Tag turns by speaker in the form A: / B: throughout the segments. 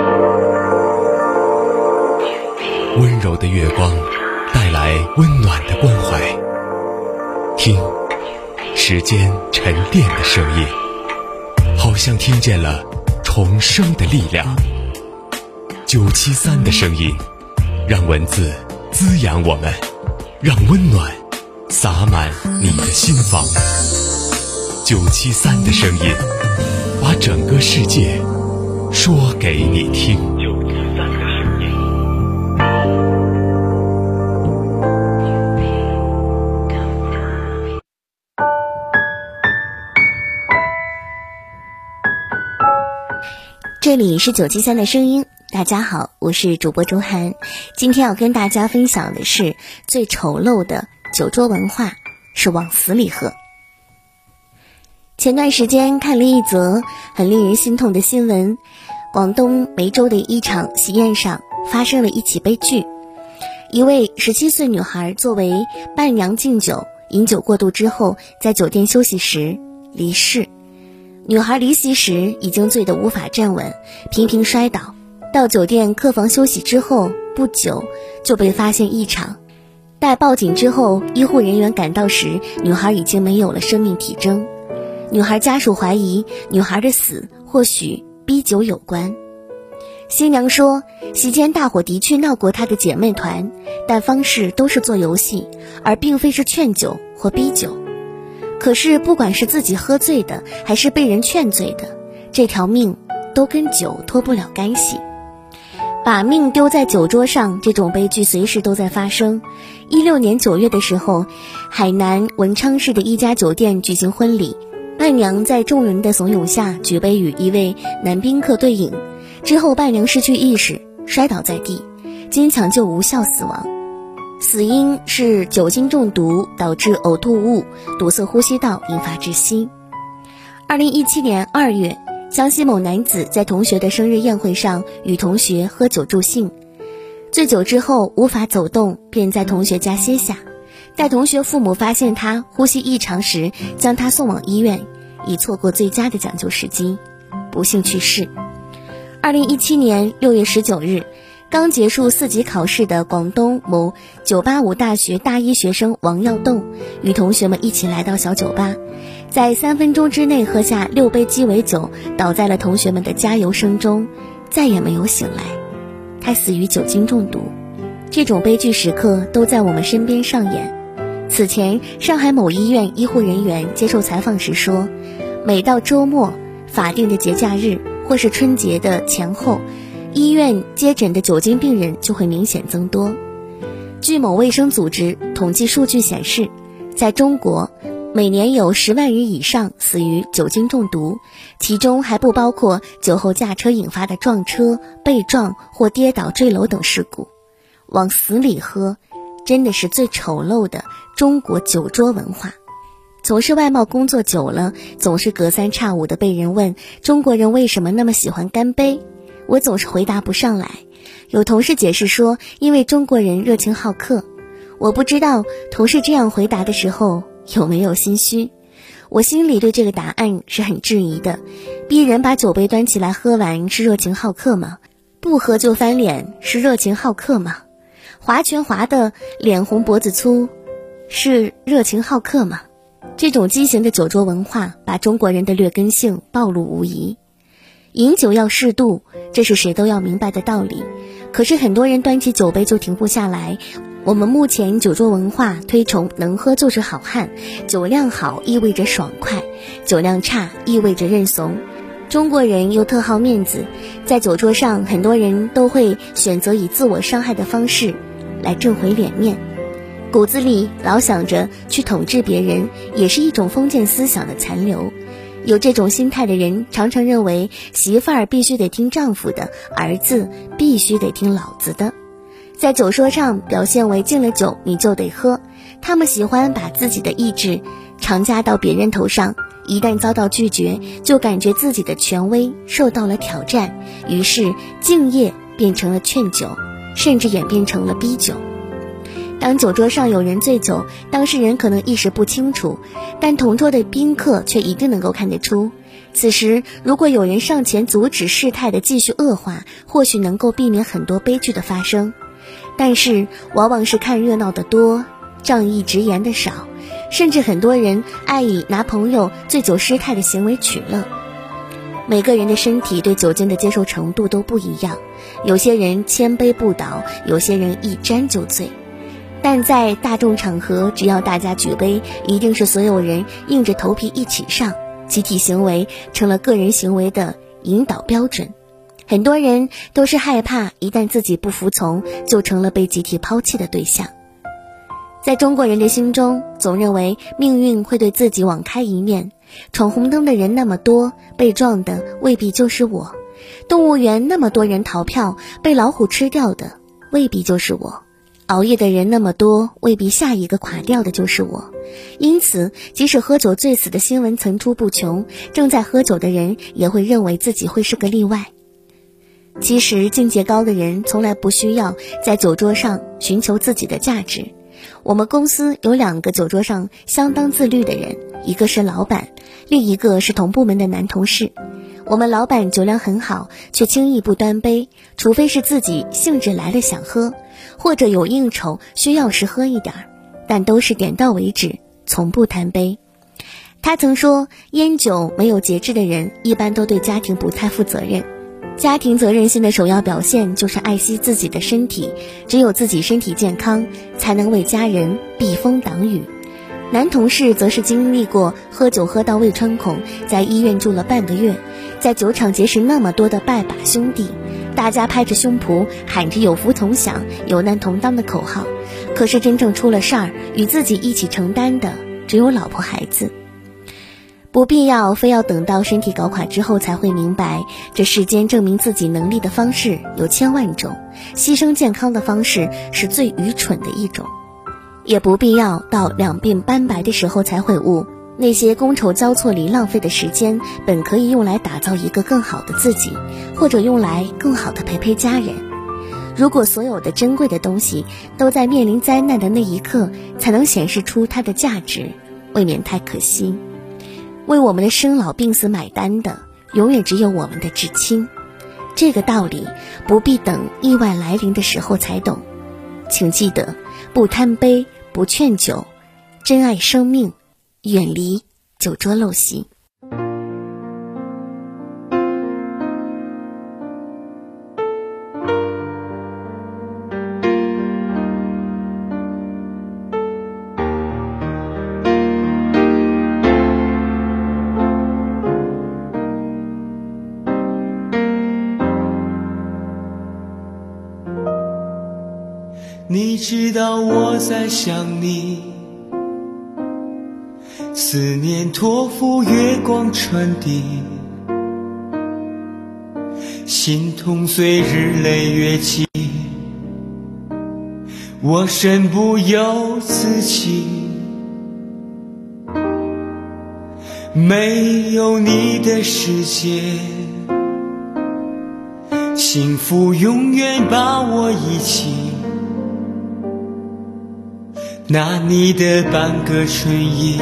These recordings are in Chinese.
A: 温柔的月光带来温暖的关怀，听时间沉淀的声音，好像听见了重生的力量。973的声音，让文字滋养我们，让温暖洒满你的心房。973的声音，把整个世界说给你听。
B: 这里是973的声音，大家好，我是主播周涵。今天要跟大家分享的是最丑陋的酒桌文化，是往死里喝。前段时间看了一则很令人心痛的新闻，广东梅州的一场喜宴上发生了一起悲剧。一位17岁女孩作为伴娘敬酒，饮酒过度之后，在酒店休息时离世。女孩离席时已经醉得无法站稳，频频摔倒。到酒店客房休息之后不久，就被发现异常。待报警之后，医护人员赶到时，女孩已经没有了生命体征。女孩家属怀疑女孩的死或许逼酒有关。新娘说，席间大伙的确闹过她的姐妹团，但方式都是做游戏，而并非是劝酒或逼酒。可是不管是自己喝醉的还是被人劝醉的，这条命都跟酒脱不了干系。把命丢在酒桌上，这种悲剧随时都在发生。16年9月的时候，海南文昌市的一家酒店举行婚礼，伴娘在众人的怂恿下举杯与一位男宾客对饮，之后伴娘失去意识，摔倒在地，经抢救无效死亡。死因是酒精中毒导致呕吐物堵塞呼吸道，引发窒息。2017年2月，江西某男子在同学的生日宴会上与同学喝酒助兴，醉酒之后无法走动，便在同学家歇下。待同学父母发现他呼吸异常时，将他送往医院，已错过最佳的抢救时机，不幸去世。2017年6月19日，刚结束4级考试的广东某985大学大一学生王耀栋与同学们一起来到小酒吧，在3分钟之内喝下6杯鸡尾酒，倒在了同学们的加油声中，再也没有醒来。他死于酒精中毒。这种悲剧时刻都在我们身边上演。此前，上海某医院医护人员接受采访时说，每到周末、法定的节假日或是春节的前后，医院接诊的酒精病人就会明显增多。据某卫生组织统计数据显示，在中国每年有10万人以上死于酒精中毒，其中还不包括酒后驾车引发的撞车、被撞或跌倒坠楼等事故。往死里喝，真的是最丑陋的中国酒桌文化。从事外贸工作久了，总是隔三差五的被人问中国人为什么那么喜欢干杯，我总是回答不上来。有同事解释说，因为中国人热情好客。我不知道同事这样回答的时候有没有心虚，我心里对这个答案是很质疑的。逼人把酒杯端起来喝完是热情好客吗？不喝就翻脸是热情好客吗？划拳划的脸红脖子粗是热情好客吗？这种畸形的酒桌文化把中国人的劣根性暴露无遗。饮酒要适度，这是谁都要明白的道理。可是很多人端起酒杯就停不下来。我们目前酒桌文化推崇能喝就是好汉，酒量好意味着爽快，酒量差意味着认怂。中国人又特好面子，在酒桌上很多人都会选择以自我伤害的方式来挣回脸面，骨子里老想着去统治别人，也是一种封建思想的残留。有这种心态的人常常认为媳妇儿必须得听丈夫的，儿子必须得听老子的。在酒桌上表现为敬了酒你就得喝，他们喜欢把自己的意志强加到别人头上，一旦遭到拒绝，就感觉自己的权威受到了挑战，于是敬业变成了劝酒，甚至演变成了逼酒。当酒桌上有人醉酒，当事人可能意识不清楚，但同桌的宾客却一定能够看得出。 此时如果有人上前阻止事态的继续恶化，或许能够避免很多悲剧的发生。但是往往是看热闹的多，仗义直言的少，甚至很多人爱以拿朋友醉酒失态的行为取乐。每个人的身体对酒精的接受程度都不一样，有些人千杯不倒，有些人一沾就醉。但在大众场合，只要大家举杯，一定是所有人硬着头皮一起上，集体行为成了个人行为的引导标准。很多人都是害怕一旦自己不服从，就成了被集体抛弃的对象。在中国人的心中，总认为命运会对自己网开一面，闯红灯的人那么多，被撞的未必就是我；动物园那么多人逃票，被老虎吃掉的未必就是我；熬夜的人那么多，未必下一个垮掉的就是我。因此，即使喝酒醉死的新闻层出不穷，正在喝酒的人也会认为自己会是个例外。其实境界高的人从来不需要在酒桌上寻求自己的价值。我们公司有2个酒桌上相当自律的人，一个是老板，另一个是同部门的男同事。我们老板酒量很好，却轻易不端杯，除非是自己兴致来了想喝，或者有应酬需要时喝一点，但都是点到为止，从不贪杯。他曾说，烟酒没有节制的人一般都对家庭不太负责任。家庭责任心的首要表现就是爱惜自己的身体，只有自己身体健康，才能为家人避风挡雨。男同事则是经历过喝酒喝到胃穿孔，在医院住了半个月，在酒场结识那么多的拜把兄弟，大家拍着胸脯喊着有福同享有难同当的口号，可是真正出了事儿，与自己一起承担的只有老婆孩子。不必要非要等到身体搞垮之后才会明白，这世间证明自己能力的方式有千万种，牺牲健康的方式是最愚蠢的一种。也不必要到两鬓斑白的时候才会悟，那些觥筹交错里浪费的时间，本可以用来打造一个更好的自己，或者用来更好的陪家人。如果所有的珍贵的东西都在面临灾难的那一刻才能显示出它的价值，未免太可惜。为我们的生老病死买单的，永远只有我们的至亲。这个道理不必等意外来临的时候才懂。请记得，不贪杯，不劝酒，珍爱生命，远离酒桌陋习。
C: 你知道我在想你，思念托付月光传递，心痛随日累月积，我身不由自己。没有你的世界，幸福永远把我遗弃。拿你的半个春夜，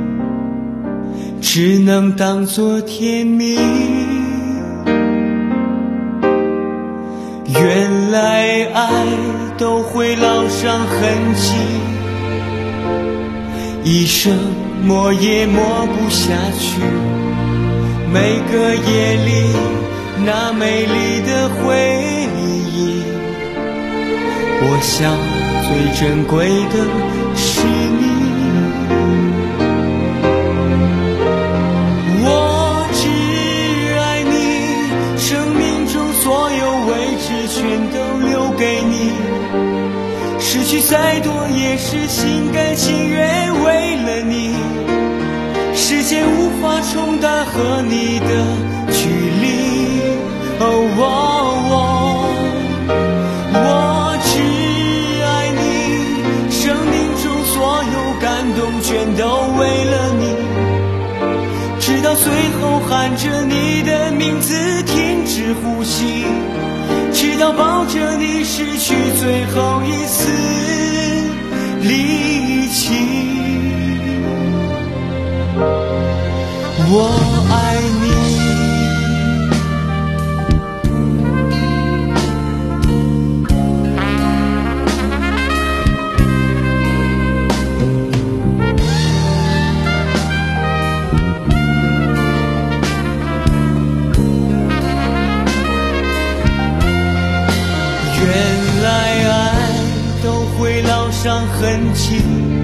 C: 只能当作甜蜜。原来爱都会烙上痕迹，一生磨也磨不下去。每个夜里那美丽的回忆，我想最珍贵的是你。我只爱你，生命中所有位置全都留给你，失去再多也是心甘情愿为了你。时间无法冲淡和你的距离。我只爱你，生命中所有感动全都为了你，直到最后喊着你的名字停止呼吸，直到抱着你失去最后一丝力气。我爱你。 痕迹，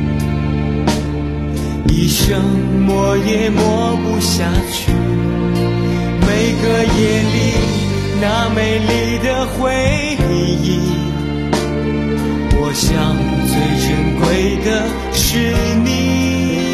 C: 一生抹也抹不下去。每个夜里那美丽的回忆，我想最珍贵的是你。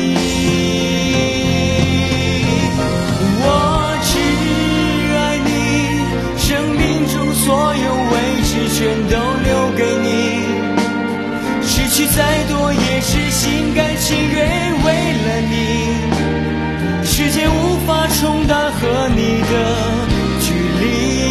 C: 我只爱你，生命中所有位置全都留给你，失去再多也是心甘情愿为了你，时间无法冲淡和你的距离。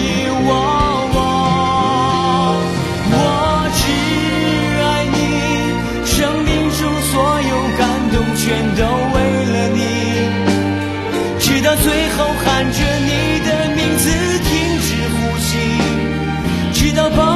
C: 我只爱你，生命中所有感动全都为了你，直到最后喊着你的名字停止呼吸，直到